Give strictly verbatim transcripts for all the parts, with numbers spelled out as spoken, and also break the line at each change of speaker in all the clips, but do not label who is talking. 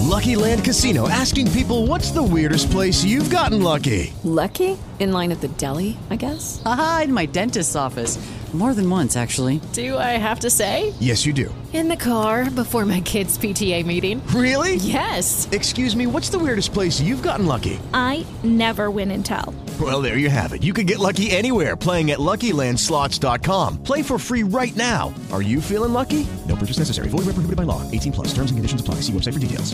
Lucky Land Casino, asking people, what's the weirdest place you've gotten lucky?
Lucky? In line at the deli, I guess?
Aha, in my dentist's office. More than once, actually.
Do I have to say?
Yes, you do.
In the car before my kids' P T A meeting.
Really?
Yes.
Excuse me, what's the weirdest place you've gotten lucky?
I never win and tell.
Well, there you have it. You can get lucky anywhere, playing at Lucky Land Slots dot com. Play for free right now. Are you feeling lucky? No purchase necessary. Void where prohibited by law. eighteen plus. Terms and conditions apply. See website for details.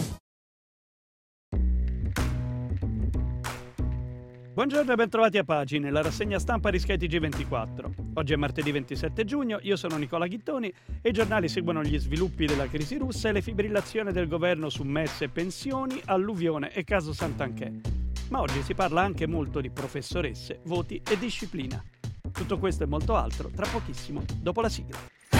Buongiorno e bentrovati a Pagine, la rassegna stampa di Sky T G ventiquattro. Oggi è martedì ventisette giugno, io sono Nicola Ghittoni e i giornali seguono gli sviluppi della crisi russa e le fibrillazioni del governo su M E S e pensioni, alluvione e caso Santanchè. Ma oggi si parla anche molto di professoresse, voti e disciplina. Tutto questo e molto altro tra pochissimo, dopo la sigla.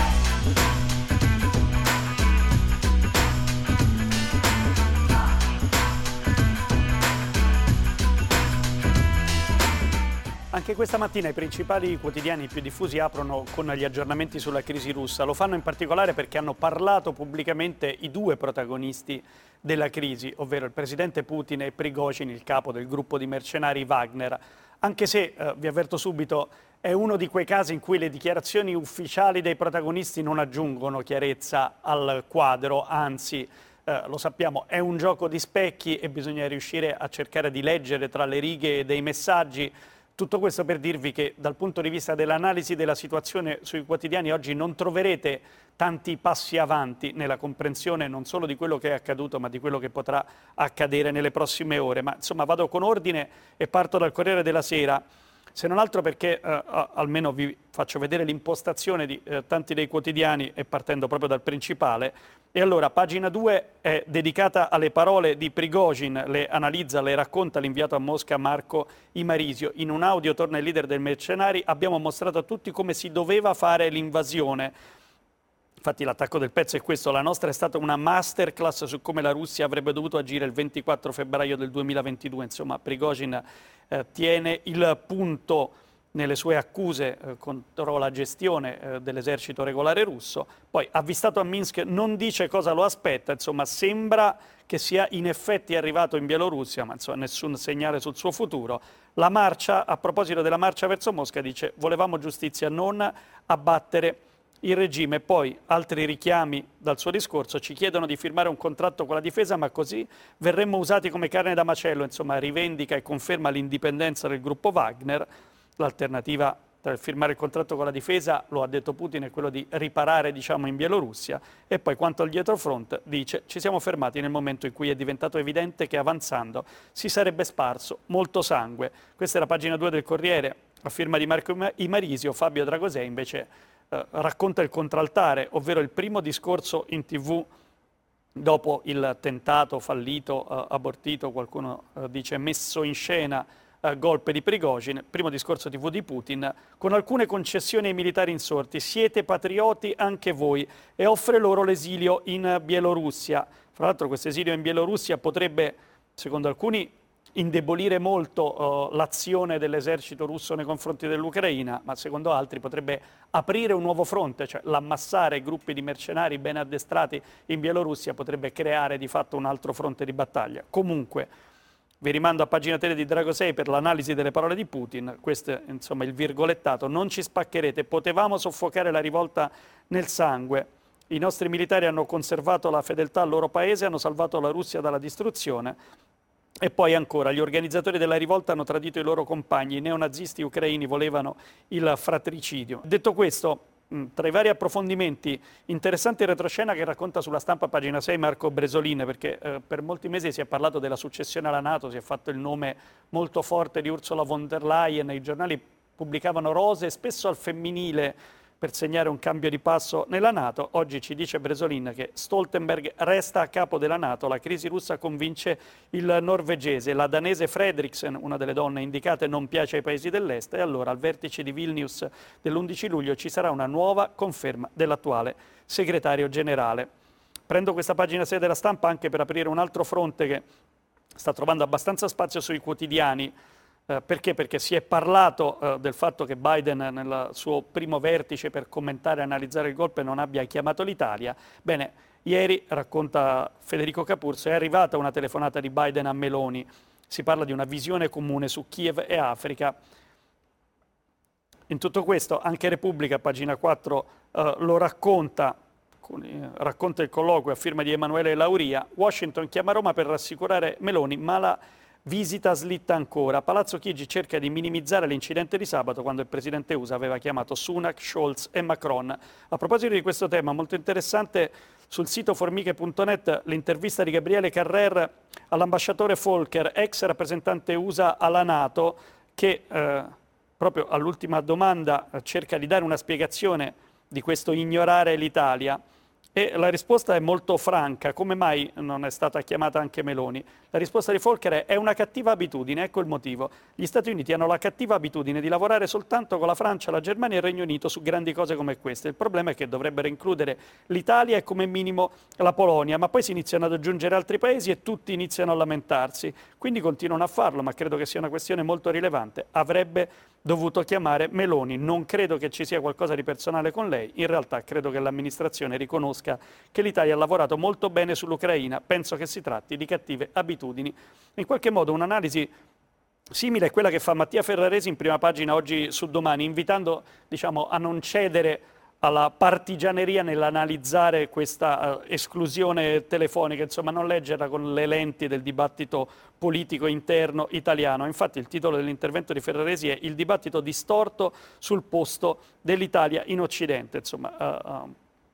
Anche questa mattina i principali quotidiani più diffusi aprono con gli aggiornamenti sulla crisi russa. Lo fanno in particolare perché hanno parlato pubblicamente i due protagonisti della crisi, ovvero il presidente Putin e Prigozhin, il capo del gruppo di mercenari Wagner. Anche se, eh, vi avverto subito, è uno di quei casi in cui le dichiarazioni ufficiali dei protagonisti non aggiungono chiarezza al quadro, anzi, eh, lo sappiamo, è un gioco di specchi e bisogna riuscire a cercare di leggere tra le righe dei messaggi. Tutto questo per dirvi che dal punto di vista dell'analisi della situazione sui quotidiani oggi non troverete tanti passi avanti nella comprensione non solo di quello che è accaduto ma di quello che potrà accadere nelle prossime ore. Ma insomma vado con ordine e parto dal Corriere della Sera, se non altro perché eh, almeno vi faccio vedere l'impostazione di eh, tanti dei quotidiani e partendo proprio dal principale. E allora, pagina due è dedicata alle parole di Prigozhin, le analizza, le racconta l'inviato a Mosca Marco Imarisio. In un audio torna il leader dei mercenari, abbiamo mostrato a tutti come si doveva fare l'invasione. Infatti l'attacco del pezzo è questo, la nostra è stata una masterclass su come la Russia avrebbe dovuto agire il ventiquattro febbraio del duemilaventidue. Insomma, Prigozhin eh, tiene il punto nelle sue accuse eh, contro la gestione eh, dell'esercito regolare russo. Poi, avvistato a Minsk, non dice cosa lo aspetta, insomma sembra che sia in effetti arrivato in Bielorussia, ma insomma nessun segnale sul suo futuro. La marcia, a proposito della marcia verso Mosca, dice volevamo giustizia, non abbattere il regime. Poi altri richiami dal suo discorso, ci chiedono di firmare un contratto con la difesa ma così verremmo usati come carne da macello, insomma rivendica e conferma l'indipendenza del gruppo Wagner. L'alternativa tra firmare il contratto con la difesa, lo ha detto Putin, è quello di riparare diciamo in Bielorussia. E poi quanto al dietrofront dice ci siamo fermati nel momento in cui è diventato evidente che avanzando si sarebbe sparso molto sangue. Questa è la pagina due del Corriere a firma di Marco Imarisio. Fabio Dragosei invece eh, racconta il contraltare, ovvero il primo discorso in tv dopo il tentato fallito, eh, abortito, qualcuno eh, dice messo in scena, golpe di Prigozhin, primo discorso tivù di Putin, con alcune concessioni ai militari insorti, siete patrioti anche voi, e offre loro l'esilio in Bielorussia. Fra l'altro questo esilio in Bielorussia potrebbe, secondo alcuni, indebolire molto uh, l'azione dell'esercito russo nei confronti dell'Ucraina, ma secondo altri potrebbe aprire un nuovo fronte, cioè l'ammassare gruppi di mercenari ben addestrati in Bielorussia potrebbe creare di fatto un altro fronte di battaglia. Comunque, vi rimando a pagina tre di Dragosei per l'analisi delle parole di Putin. Questo è insomma il virgolettato. Non ci spaccherete, potevamo soffocare la rivolta nel sangue. I nostri militari hanno conservato la fedeltà al loro paese, hanno salvato la Russia dalla distruzione. E poi ancora, gli organizzatori della rivolta hanno tradito i loro compagni, i neonazisti ucraini volevano il fratricidio. Detto questo, tra i vari approfondimenti, interessante il retroscena che racconta sulla Stampa, pagina sei, Marco Bresolin, perché eh, per molti mesi si è parlato della successione alla NATO, si è fatto il nome molto forte di Ursula von der Leyen, i giornali pubblicavano rose, spesso al femminile, per segnare un cambio di passo nella NATO. Oggi ci dice Bresolin che Stoltenberg resta a capo della NATO, la crisi russa convince il norvegese, la danese Fredriksen, una delle donne indicate, non piace ai paesi dell'est, e allora al vertice di Vilnius dell'undici luglio ci sarà una nuova conferma dell'attuale segretario generale. Prendo questa pagina sei della Stampa anche per aprire un altro fronte che sta trovando abbastanza spazio sui quotidiani. Eh, perché? Perché si è parlato eh, del fatto che Biden nel suo primo vertice per commentare e analizzare il golpe non abbia chiamato l'Italia. Bene, Ieri, racconta Federico Capurso, è arrivata una telefonata di Biden a Meloni. Si parla di una visione comune su Kiev e Africa. In tutto questo, anche Repubblica, pagina quattro, eh, lo racconta, racconta il colloquio a firma di Emanuele Lauria. Washington chiama Roma per rassicurare Meloni, ma la visita slitta ancora. Palazzo Chigi cerca di minimizzare l'incidente di sabato quando il presidente U S A aveva chiamato Sunak, Scholz e Macron. A proposito di questo tema, molto interessante sul sito formiche punto net l'intervista di Gabriele Carrer all'ambasciatore Volker, ex rappresentante U S A alla NATO, che eh, proprio all'ultima domanda cerca di dare una spiegazione di questo ignorare l'Italia. E la risposta è molto franca: come mai non è stata chiamata anche Meloni? La risposta di Volker è: è una cattiva abitudine, ecco il motivo. Gli Stati Uniti hanno la cattiva abitudine di lavorare soltanto con la Francia, la Germania e il Regno Unito su grandi cose come queste. Il problema è che dovrebbero includere l'Italia e come minimo la Polonia, ma poi si iniziano ad aggiungere altri paesi e tutti iniziano a lamentarsi. Quindi continuano a farlo, ma credo che sia una questione molto rilevante. Avrebbe dovuto chiamare Meloni. Non credo che ci sia qualcosa di personale con lei, in realtà credo che l'amministrazione riconosca che l'Italia ha lavorato molto bene sull'Ucraina. Penso che si tratti di cattive abitudini. In qualche modo un'analisi simile a quella che fa Mattia Ferraresi in prima pagina oggi su Domani, invitando, diciamo, a non cedere alla partigianeria nell'analizzare questa uh, esclusione telefonica, insomma non leggerla con le lenti del dibattito politico interno italiano. Infatti il titolo dell'intervento di Ferraresi è "Il dibattito distorto sul posto dell'Italia in Occidente". Insomma, uh, uh,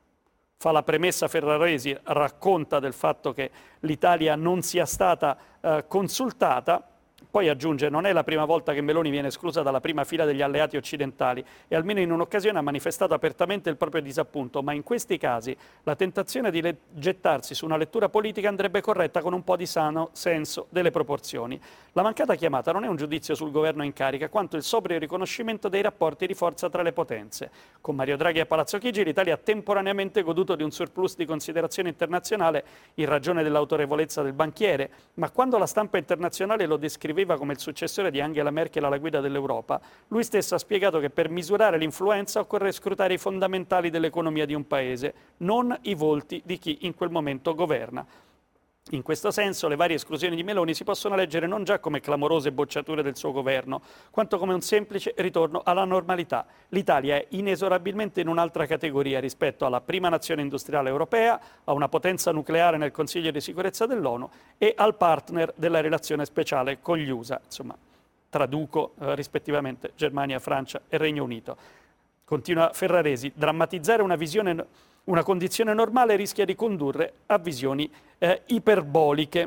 fa la premessa Ferraresi, racconta del fatto che l'Italia non sia stata uh, consultata. Poi aggiunge: non è la prima volta che Meloni viene esclusa dalla prima fila degli alleati occidentali e almeno in un'occasione ha manifestato apertamente il proprio disappunto, ma in questi casi la tentazione di gettarsi su una lettura politica andrebbe corretta con un po' di sano senso delle proporzioni. La mancata chiamata non è un giudizio sul governo in carica, quanto il sobrio riconoscimento dei rapporti di forza tra le potenze. Con Mario Draghi a Palazzo Chigi l'Italia ha temporaneamente goduto di un surplus di considerazione internazionale in ragione dell'autorevolezza del banchiere, ma quando la stampa internazionale lo descriveva come il successore di Angela Merkel alla guida dell'Europa, lui stesso ha spiegato che per misurare l'influenza occorre scrutare i fondamentali dell'economia di un paese, non i volti di chi in quel momento governa. In questo senso le varie esclusioni di Meloni si possono leggere non già come clamorose bocciature del suo governo, quanto come un semplice ritorno alla normalità. L'Italia è inesorabilmente in un'altra categoria rispetto alla prima nazione industriale europea, a una potenza nucleare nel Consiglio di sicurezza dell'ONU e al partner della relazione speciale con gli U S A. Insomma, traduco eh, rispettivamente Germania, Francia e Regno Unito. Continua Ferraresi: drammatizzare una visione Una condizione normale rischia di condurre a visioni eh, iperboliche.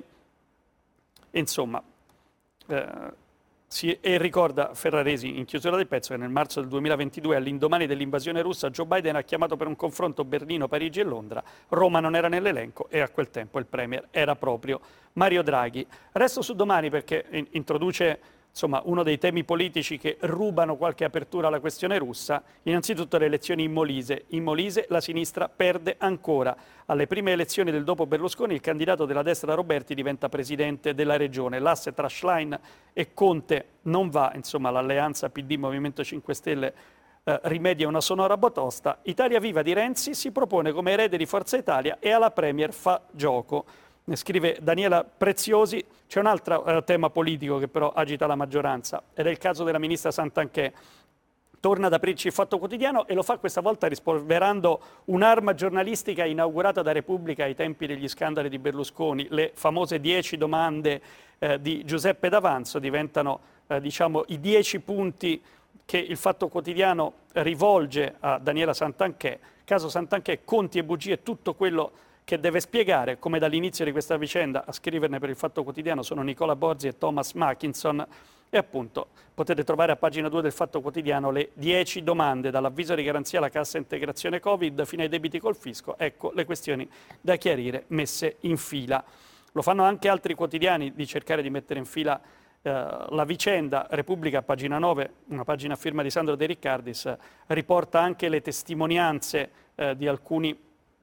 Insomma, eh, si, e ricorda Ferraresi in chiusura del pezzo che nel marzo del duemilaventidue, all'indomani dell'invasione russa, Joe Biden ha chiamato per un confronto Berlino, Parigi e Londra. Roma non era nell'elenco e a quel tempo il premier era proprio Mario Draghi. Resto su Domani perché in, introduce insomma uno dei temi politici che rubano qualche apertura alla questione russa. Innanzitutto le elezioni in Molise. In Molise la sinistra perde ancora. Alle prime elezioni del dopo Berlusconi il candidato della destra Roberti diventa presidente della regione. L'asse tra Schlein e Conte non va, insomma l'alleanza P D Movimento cinque Stelle eh, rimedia una sonora batosta. Italia Viva di Renzi si propone come erede di Forza Italia e alla Premier fa gioco. Ne scrive Daniela Preziosi. C'è un altro eh, tema politico che però agita la maggioranza ed è il caso della ministra Santanchè. Torna ad aprirci il Fatto Quotidiano e lo fa questa volta rispolverando un'arma giornalistica inaugurata da Repubblica ai tempi degli scandali di Berlusconi. Le famose dieci domande eh, di Giuseppe D'Avanzo diventano eh, diciamo, i dieci punti che il Fatto Quotidiano rivolge a Daniela Santanchè. Caso Santanchè, conti e bugie, tutto quello che deve spiegare, come dall'inizio di questa vicenda a scriverne per il Fatto Quotidiano sono Nicola Borzi e Thomas Mackinson. E appunto potete trovare a pagina due del Fatto Quotidiano le dieci domande, dall'avviso di garanzia alla cassa integrazione Covid fino ai debiti col fisco. Ecco le questioni da chiarire messe in fila. Lo fanno anche altri quotidiani di cercare di mettere in fila eh, la vicenda. Repubblica, pagina nove, una pagina a firma di Sandro De Riccardis, riporta anche le testimonianze eh, di alcuni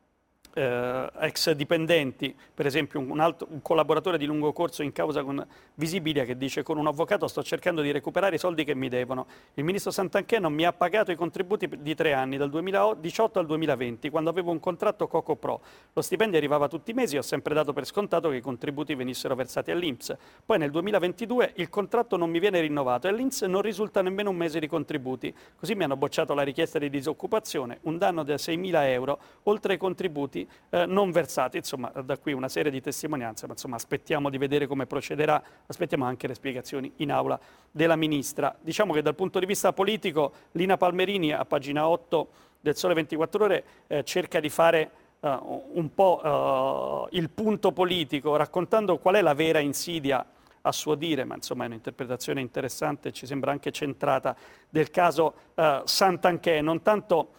Eh, ex dipendenti, per esempio un, altro, un collaboratore di lungo corso in causa con Visibilia che dice: con un avvocato sto cercando di recuperare i soldi che mi devono, il ministro Santanchè non mi ha pagato i contributi di tre anni, dal duemiladiciotto al duemilaventi, quando avevo un contratto Coco Pro, lo stipendio arrivava tutti i mesi, ho sempre dato per scontato che i contributi venissero versati all'I N P S, poi nel duemilaventidue il contratto non mi viene rinnovato e all'I N P S non risulta nemmeno un mese di contributi, così mi hanno bocciato la richiesta di disoccupazione, un danno da seimila euro oltre ai contributi Eh, non versati. Insomma, da qui una serie di testimonianze, ma insomma aspettiamo di vedere come procederà, aspettiamo anche le spiegazioni in aula della Ministra. Diciamo che dal punto di vista politico Lina Palmerini a pagina otto del Sole ventiquattro Ore eh, cerca di fare uh, un po' uh, il punto politico, raccontando qual è la vera insidia a suo dire, ma insomma è un'interpretazione interessante, ci sembra anche centrata, del caso uh, Santanchè, non tanto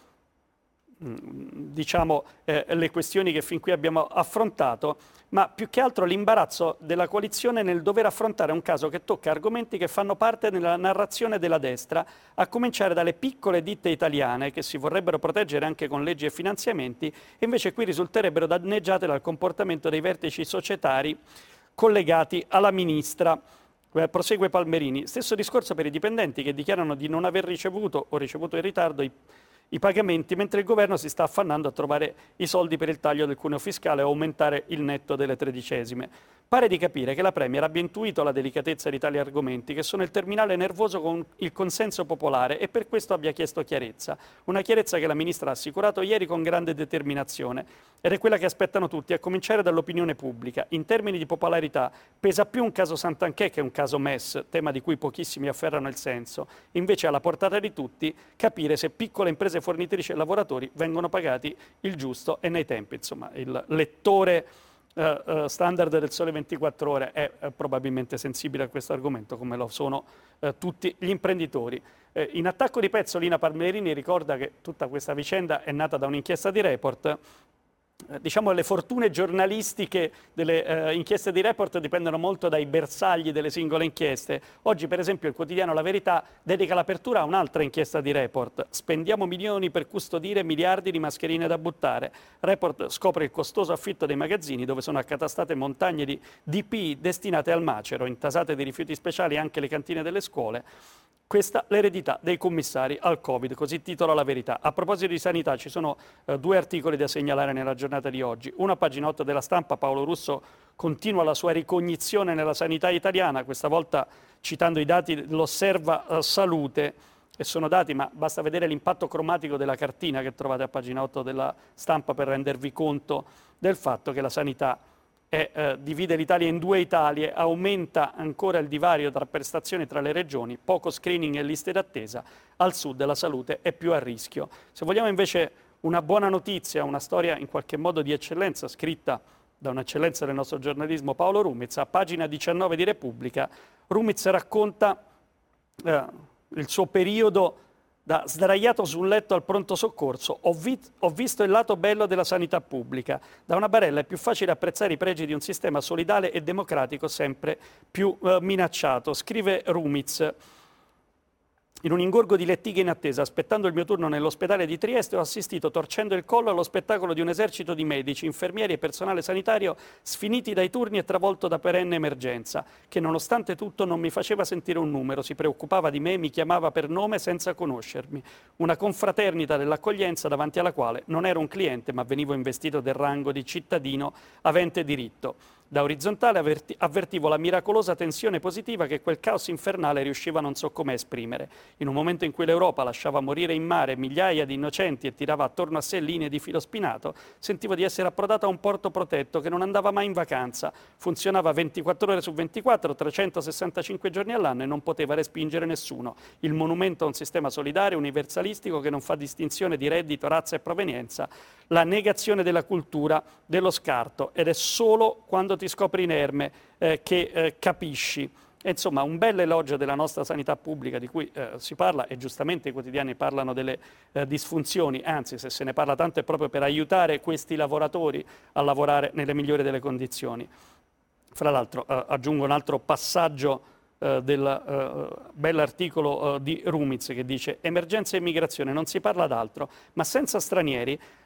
diciamo eh, le questioni che fin qui abbiamo affrontato, ma più che altro l'imbarazzo della coalizione nel dover affrontare un caso che tocca argomenti che fanno parte della narrazione della destra, a cominciare dalle piccole ditte italiane che si vorrebbero proteggere anche con leggi e finanziamenti, e invece qui risulterebbero danneggiate dal comportamento dei vertici societari collegati alla ministra. Prosegue Palmerini, stesso discorso per i dipendenti che dichiarano di non aver ricevuto o ricevuto in ritardo i i pagamenti, mentre il governo si sta affannando a trovare i soldi per il taglio del cuneo fiscale o aumentare il netto delle tredicesime. Pare di capire che la Premier abbia intuito la delicatezza di tali argomenti, che sono il terminale nervoso con il consenso popolare, e per questo abbia chiesto chiarezza. Una chiarezza che la Ministra ha assicurato ieri con grande determinazione, ed è quella che aspettano tutti, a cominciare dall'opinione pubblica. In termini di popolarità pesa più un caso Santanchè che un caso M E S, tema di cui pochissimi afferrano il senso. Invece alla portata di tutti capire se piccole imprese fornitrici e lavoratori vengono pagati il giusto e nei tempi. Insomma, il lettore Uh, uh, standard del Sole ventiquattro Ore è uh, probabilmente sensibile a questo argomento, come lo sono uh, tutti gli imprenditori. Uh, in attacco di pezzo Lina Palmerini ricorda che tutta questa vicenda è nata da un'inchiesta di Report. Uh, diciamo che le fortune giornalistiche delle uh, inchieste di Report dipendono molto dai bersagli delle singole inchieste. Oggi per esempio il quotidiano La Verità dedica l'apertura a un'altra inchiesta di Report. Spendiamo milioni per custodire miliardi di mascherine da buttare. Report scopre il costoso affitto dei magazzini dove sono accatastate montagne di D P I destinate al macero, intasate di rifiuti speciali anche le cantine delle scuole. Questa l'eredità dei commissari al Covid, così titola La Verità. A proposito di sanità ci sono eh, due articoli da segnalare nella giornata di oggi. Uno a pagina otto della Stampa, Paolo Russo continua la sua ricognizione nella sanità italiana, questa volta citando i dati dell'Osserva eh, Salute, e sono dati, ma basta vedere l'impatto cromatico della cartina che trovate a pagina otto della Stampa per rendervi conto del fatto che la sanità è, eh, divide l'Italia in due Italie, aumenta ancora il divario tra prestazioni tra le regioni, poco screening e liste d'attesa, al sud la salute è più a rischio. Se vogliamo invece una buona notizia, una storia in qualche modo di eccellenza, scritta da un'eccellenza del nostro giornalismo, Paolo Rumiz, a pagina diciannove di Repubblica, Rumiz racconta eh, il suo periodo da sdraiato sul letto al pronto soccorso. Ho, vi ho visto il lato bello della sanità pubblica. Da una barella è più facile apprezzare i pregi di un sistema solidale e democratico sempre più eh, minacciato. Scrive Rumiz. In un ingorgo di lettighe in attesa, aspettando il mio turno nell'ospedale di Trieste, ho assistito torcendo il collo allo spettacolo di un esercito di medici, infermieri e personale sanitario sfiniti dai turni e travolto da perenne emergenza, che nonostante tutto non mi faceva sentire un numero, si preoccupava di me, mi chiamava per nome senza conoscermi. Una confraternita dell'accoglienza davanti alla quale non ero un cliente, ma venivo investito del rango di cittadino avente diritto. Da orizzontale avverti avvertivo la miracolosa tensione positiva che quel caos infernale riusciva non so come esprimere. In un momento in cui l'Europa lasciava morire in mare migliaia di innocenti e tirava attorno a sé linee di filo spinato, sentivo di essere approdato a un porto protetto che non andava mai in vacanza, funzionava ventiquattro ore su ventiquattro, trecentosessantacinque giorni all'anno e non poteva respingere nessuno. Il monumento a un sistema solidale, universalistico che non fa distinzione di reddito, razza e provenienza, la negazione della cultura dello scarto, ed è solo quando ti scopri inerme eh, che eh, capisci. E, insomma, un bel elogio della nostra sanità pubblica di cui eh, si parla, e giustamente i quotidiani parlano delle eh, disfunzioni, anzi se se ne parla tanto è proprio per aiutare questi lavoratori a lavorare nelle migliori delle condizioni. Fra l'altro eh, aggiungo un altro passaggio Uh, del uh, bell'articolo uh, di Rumiz che dice: emergenza e immigrazione, non si parla d'altro, ma senza stranieri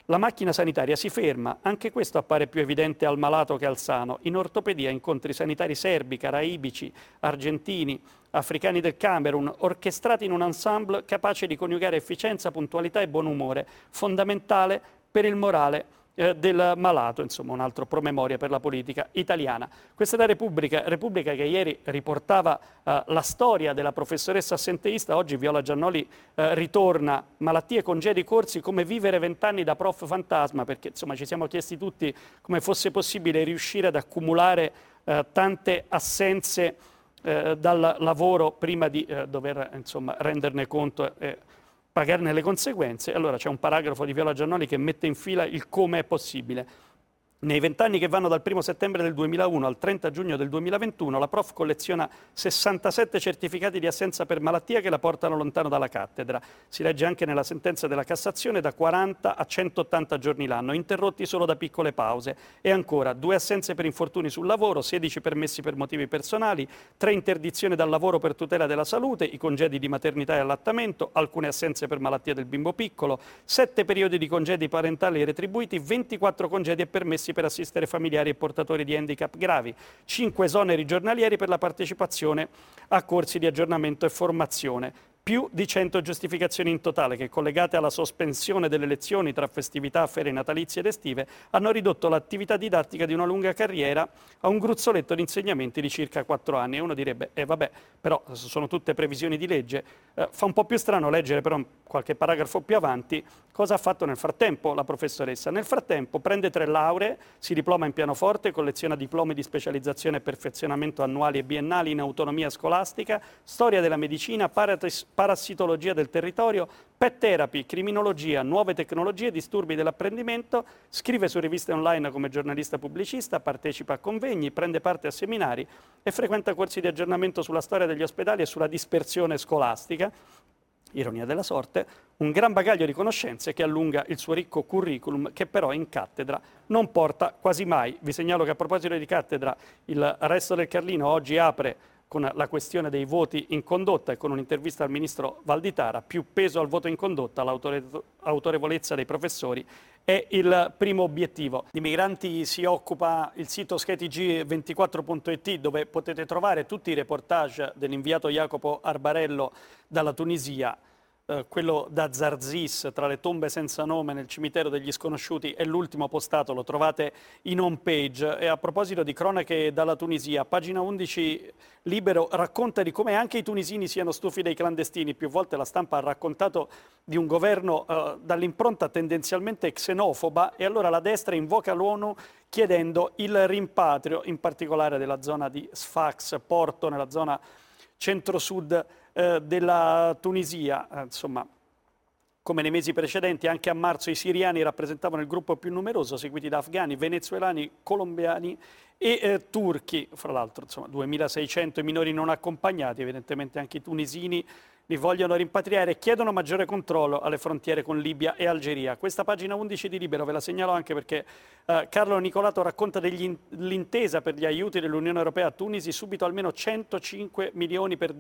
La macchina sanitaria si ferma, anche questo appare più evidente al malato che al sano. In ortopedia incontri sanitari serbi, caraibici, argentini, africani del Camerun, orchestrati in un ensemble capace di coniugare efficienza, puntualità e buon umore, fondamentale per il morale eh, del malato, insomma un altro promemoria per la politica italiana. Questa è la Repubblica, Repubblica che ieri riportava eh, la storia della professoressa assenteista, oggi Viola Giannoli eh, ritorna, malattie, congedi, corsi, come vivere vent'anni da prof fantasma, perché insomma ci siamo chiesti tutti come fosse possibile riuscire ad accumulare eh, tante assenze eh, dal lavoro prima di eh, dover insomma renderne conto e pagarne le conseguenze. Allora c'è un paragrafo di Viola Giannoli che mette in fila il come è possibile. Nei vent'anni che vanno dal primo settembre del duemilauno al trenta giugno del duemilaventuno, la prof colleziona sessantasette certificati di assenza per malattia che la portano lontano dalla cattedra. Si legge anche nella sentenza della Cassazione da quaranta a centottanta giorni l'anno, interrotti solo da piccole pause. E ancora, due assenze per infortuni sul lavoro, sedici permessi per motivi personali, tre interdizioni dal lavoro per tutela della salute, i congedi di maternità e allattamento, alcune assenze per malattia del bimbo piccolo, sette periodi di congedi parentali retribuiti, ventiquattro congedi e permessi per assistere familiari e portatori di handicap gravi, cinque esoneri giornalieri per la partecipazione a corsi di aggiornamento e formazione, più di cento giustificazioni in totale che, collegate alla sospensione delle lezioni tra festività, ferie natalizie ed estive, hanno ridotto l'attività didattica di una lunga carriera a un gruzzoletto di insegnamenti di circa quattro anni. E uno direbbe, eh vabbè, però sono tutte previsioni di legge. Eh, fa un po' più strano leggere però qualche paragrafo più avanti cosa ha fatto nel frattempo la professoressa. Nel frattempo prende tre lauree, si diploma in pianoforte, colleziona diplomi di specializzazione e perfezionamento annuali e biennali in autonomia scolastica, storia della medicina, paratis parassitologia del territorio, pet therapy, criminologia, nuove tecnologie, disturbi dell'apprendimento, scrive su riviste online come giornalista pubblicista, partecipa a convegni, prende parte a seminari e frequenta corsi di aggiornamento sulla storia degli ospedali e sulla dispersione scolastica. Ironia della sorte, un gran bagaglio di conoscenze che allunga il suo ricco curriculum, che però in cattedra non porta quasi mai. Vi segnalo che a proposito di cattedra, il Resto del Carlino oggi apre con la questione dei voti in condotta e con un'intervista al ministro Valditara. Più peso al voto in condotta, l'autorevolezza dei professori è il primo obiettivo. Di migranti si occupa il sito sketg ventiquattro punto it, dove potete trovare tutti i reportage dell'inviato Jacopo Arbarello dalla Tunisia. Eh, quello da Zarzis, tra le tombe senza nome nel cimitero degli sconosciuti, è l'ultimo postato, lo trovate in home page. E a proposito di cronache dalla Tunisia, pagina undici Libero racconta di come anche i tunisini siano stufi dei clandestini. Più volte la stampa ha raccontato di un governo eh, dall'impronta tendenzialmente xenofoba, e allora la destra invoca l'ONU chiedendo il rimpatrio, in particolare della zona di Sfax, Porto, nella zona centro-sud eh, della Tunisia. Eh, insomma, come nei mesi precedenti, anche a marzo i siriani rappresentavano il gruppo più numeroso, seguiti da afghani, venezuelani, colombiani e eh, turchi. Fra l'altro, insomma, duemilaseicento i minori non accompagnati, evidentemente anche i tunisini li vogliono rimpatriare e chiedono maggiore controllo alle frontiere con Libia e Algeria. Questa pagina undici di Libero ve la segnalo anche perché eh, Carlo Nicolato racconta dell'intesa per gli aiuti dell'Unione Europea a Tunisi, subito almeno centocinque milioni per,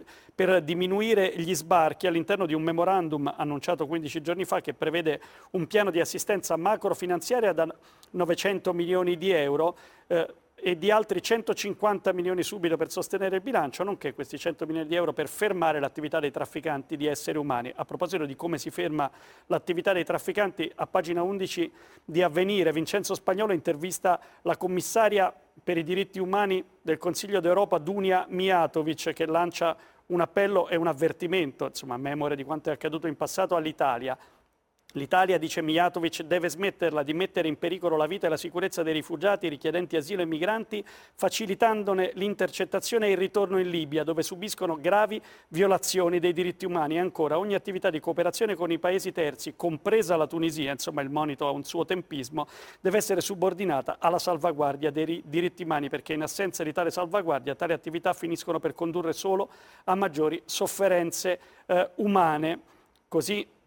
per diminuire gli sbarchi all'interno di un memorandum annunciato quindici giorni fa che prevede un piano di assistenza macrofinanziaria da novecento milioni di euro eh, e di altri centocinquanta milioni subito per sostenere il bilancio, nonché questi cento milioni di euro per fermare l'attività dei trafficanti di esseri umani. A proposito di come si ferma l'attività dei trafficanti, a pagina undici di Avvenire, Vincenzo Spagnolo intervista la commissaria per i diritti umani del Consiglio d'Europa, Dunia Mijatovic, che lancia un appello e un avvertimento, insomma, a memoria di quanto è accaduto in passato all'Italia. L'Italia, dice Mijatovic, deve smetterla di mettere in pericolo la vita e la sicurezza dei rifugiati, richiedenti asilo e migranti, facilitandone l'intercettazione e il ritorno in Libia, dove subiscono gravi violazioni dei diritti umani. E ancora, ogni attività di cooperazione con i paesi terzi, compresa la Tunisia, insomma il monito ha un suo tempismo, deve essere subordinata alla salvaguardia dei diritti umani, perché in assenza di tale salvaguardia, tali attività finiscono per condurre solo a maggiori sofferenze eh, umane. Così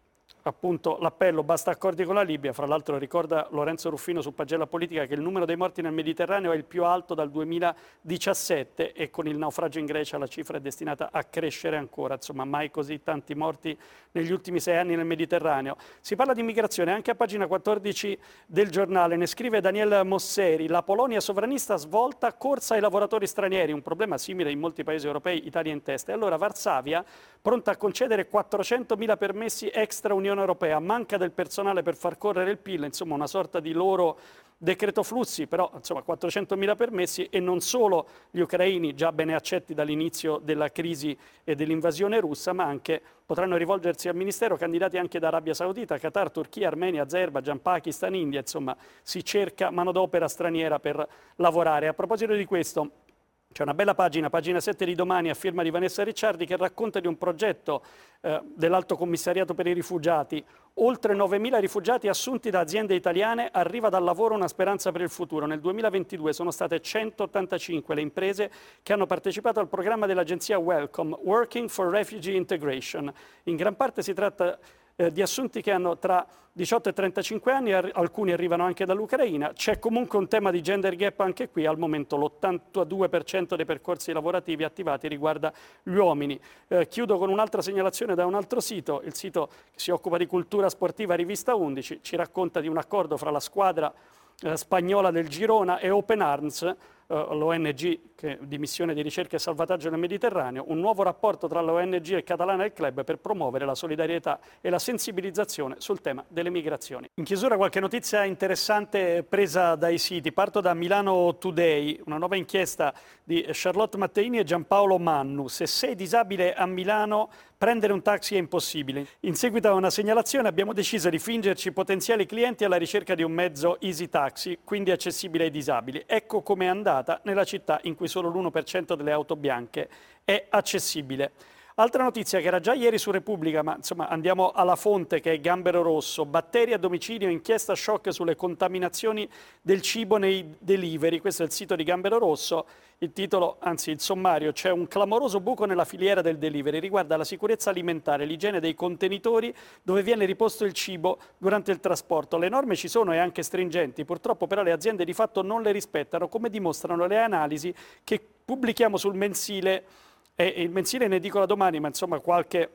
appunto l'appello basta accordi con la Libia. Fra l'altro ricorda Lorenzo Ruffino su Pagella Politica che il numero dei morti nel Mediterraneo è il più alto dal duemiladiciassette e con il naufragio in Grecia la cifra è destinata a crescere ancora, insomma mai così tanti morti negli ultimi sei anni nel Mediterraneo. Si parla di immigrazione anche a pagina quattordici del giornale, ne scrive Daniel Mosseri: la Polonia sovranista svolta, corsa ai lavoratori stranieri, un problema simile in molti paesi europei, Italia in testa. E allora Varsavia, pronta a concedere quattrocentomila permessi extra Unione Europea, manca del personale per far correre il P I L, insomma una sorta di loro decreto flussi, però insomma quattrocentomila permessi. E non solo gli ucraini già bene accetti dall'inizio della crisi e dell'invasione russa, ma anche potranno rivolgersi al Ministero candidati anche da Arabia Saudita, Qatar, Turchia, Armenia, Azerbaijan, Pakistan, India, insomma si cerca manodopera straniera per lavorare. A proposito di questo, c'è una bella pagina, pagina sette di Domani, a firma di Vanessa Ricciardi, che racconta di un progetto eh, dell'Alto Commissariato per i Rifugiati. Oltre novemila rifugiati assunti da aziende italiane, arriva dal lavoro una speranza per il futuro. Nel duemilaventidue sono state centottantacinque le imprese che hanno partecipato al programma dell'agenzia Welcome, Working for Refugee Integration. In gran parte si tratta eh, di assunti che hanno tra diciotto e trentacinque anni, alcuni arrivano anche dall'Ucraina. C'è comunque un tema di gender gap anche qui, al momento l'ottantadue per cento dei percorsi lavorativi attivati riguarda gli uomini. Eh, chiudo con un'altra segnalazione da un altro sito, il sito che si occupa di cultura sportiva, Rivista undici, ci racconta di un accordo fra la squadra eh, spagnola del Girona e Open Arms, eh, l'O N G che, di missione di ricerca e salvataggio nel Mediterraneo, un nuovo rapporto tra l'O N G e Catalana e il club per promuovere la solidarietà e la sensibilizzazione sul tema delle migrazioni. In chiusura qualche notizia interessante presa dai siti. Parto da Milano Today, una nuova inchiesta di Charlotte Matteini e Giampaolo Mannu. Se sei disabile a Milano, prendere un taxi è impossibile. In seguito a una segnalazione abbiamo deciso di fingerci potenziali clienti alla ricerca di un mezzo Easy Taxi, quindi accessibile ai disabili. Ecco com'è andata nella città in cui solo l'uno per cento delle auto bianche è accessibile. Altra notizia che era già ieri su Repubblica, ma insomma andiamo alla fonte, che è Gambero Rosso. Batteri a domicilio, inchiesta shock sulle contaminazioni del cibo nei delivery. Questo è il sito di Gambero Rosso. Il titolo, anzi il sommario: c'è un clamoroso buco nella filiera del delivery, riguarda la sicurezza alimentare, l'igiene dei contenitori dove viene riposto il cibo durante il trasporto. Le norme ci sono e anche stringenti, purtroppo però le aziende di fatto non le rispettano, come dimostrano le analisi che pubblichiamo sul mensile. E il mensile ne edicola domani, ma insomma qualche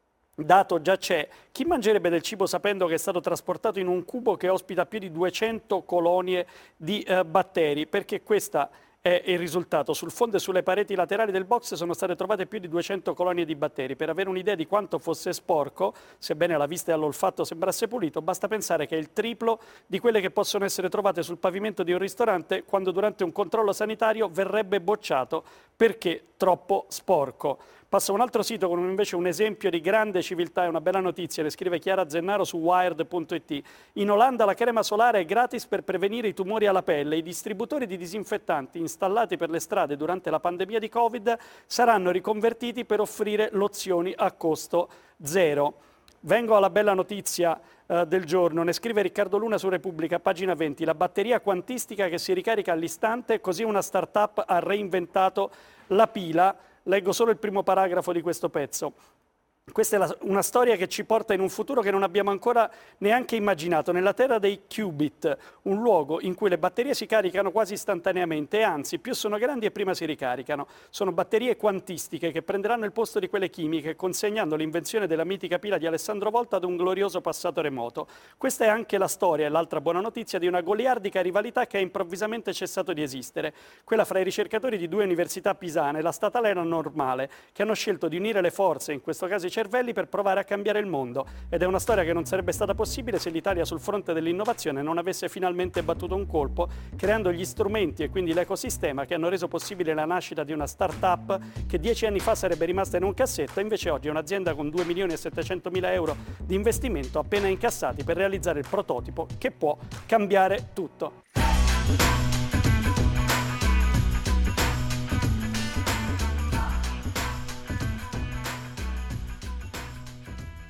dato già c'è. Chi mangerebbe del cibo sapendo che è stato trasportato in un cubo che ospita più di duecento colonie di eh, batteri? Perché questa è il risultato. Sul fondo e sulle pareti laterali del box sono state trovate più di duecento colonie di batteri. Per avere un'idea di quanto fosse sporco, sebbene alla vista e all'olfatto sembrasse pulito, basta pensare che è il triplo di quelle che possono essere trovate sul pavimento di un ristorante quando durante un controllo sanitario verrebbe bocciato perché troppo sporco. Passa un altro sito con invece un esempio di grande civiltà e una bella notizia, le scrive Chiara Zennaro su wired punto it. In Olanda la crema solare è gratis per prevenire i tumori alla pelle. I distributori di disinfettanti installati per le strade durante la pandemia di Covid saranno riconvertiti per offrire lozioni a costo zero. Vengo alla bella notizia eh, del giorno, ne scrive Riccardo Luna su Repubblica, pagina venti, la batteria quantistica che si ricarica all'istante, così una start-up ha reinventato la pila. Leggo solo il primo paragrafo di questo pezzo. Questa è la, una storia che ci porta in un futuro che non abbiamo ancora neanche immaginato, nella terra dei qubit, un luogo in cui le batterie si caricano quasi istantaneamente e anzi più sono grandi e prima si ricaricano. Sono batterie quantistiche che prenderanno il posto di quelle chimiche, consegnando l'invenzione della mitica pila di Alessandro Volta ad un glorioso passato remoto. Questa è anche la storia, e l'altra buona notizia, di una goliardica rivalità che ha improvvisamente cessato di esistere, quella fra i ricercatori di due università pisane, la statale e la normale, che hanno scelto di unire le forze, in questo caso i cervelli, per provare a cambiare il mondo. Ed è una storia che non sarebbe stata possibile se l'Italia sul fronte dell'innovazione non avesse finalmente battuto un colpo, creando gli strumenti e quindi l'ecosistema che hanno reso possibile la nascita di una start-up che dieci anni fa sarebbe rimasta in un cassetto, e invece oggi è un'azienda con due milioni e settecentomila euro di investimento appena incassati per realizzare il prototipo che può cambiare tutto.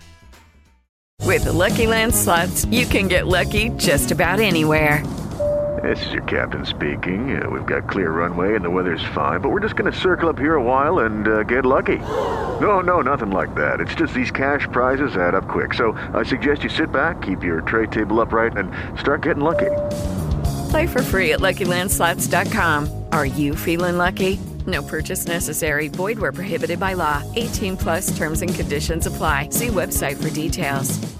With the Lucky Land Slots, you can get lucky just about anywhere. This is your captain speaking. Uh, we've got clear runway and the weather's fine, but we're just going to circle up here a while and uh, get lucky. No, no, nothing like that. It's just these cash prizes add up quick. So I suggest you sit back, keep your tray table upright, and start getting lucky.
Play for free at Lucky Land Slots dot com. Are you feeling lucky? No purchase necessary. Void where prohibited by law. eighteen plus terms and conditions apply. See website for details.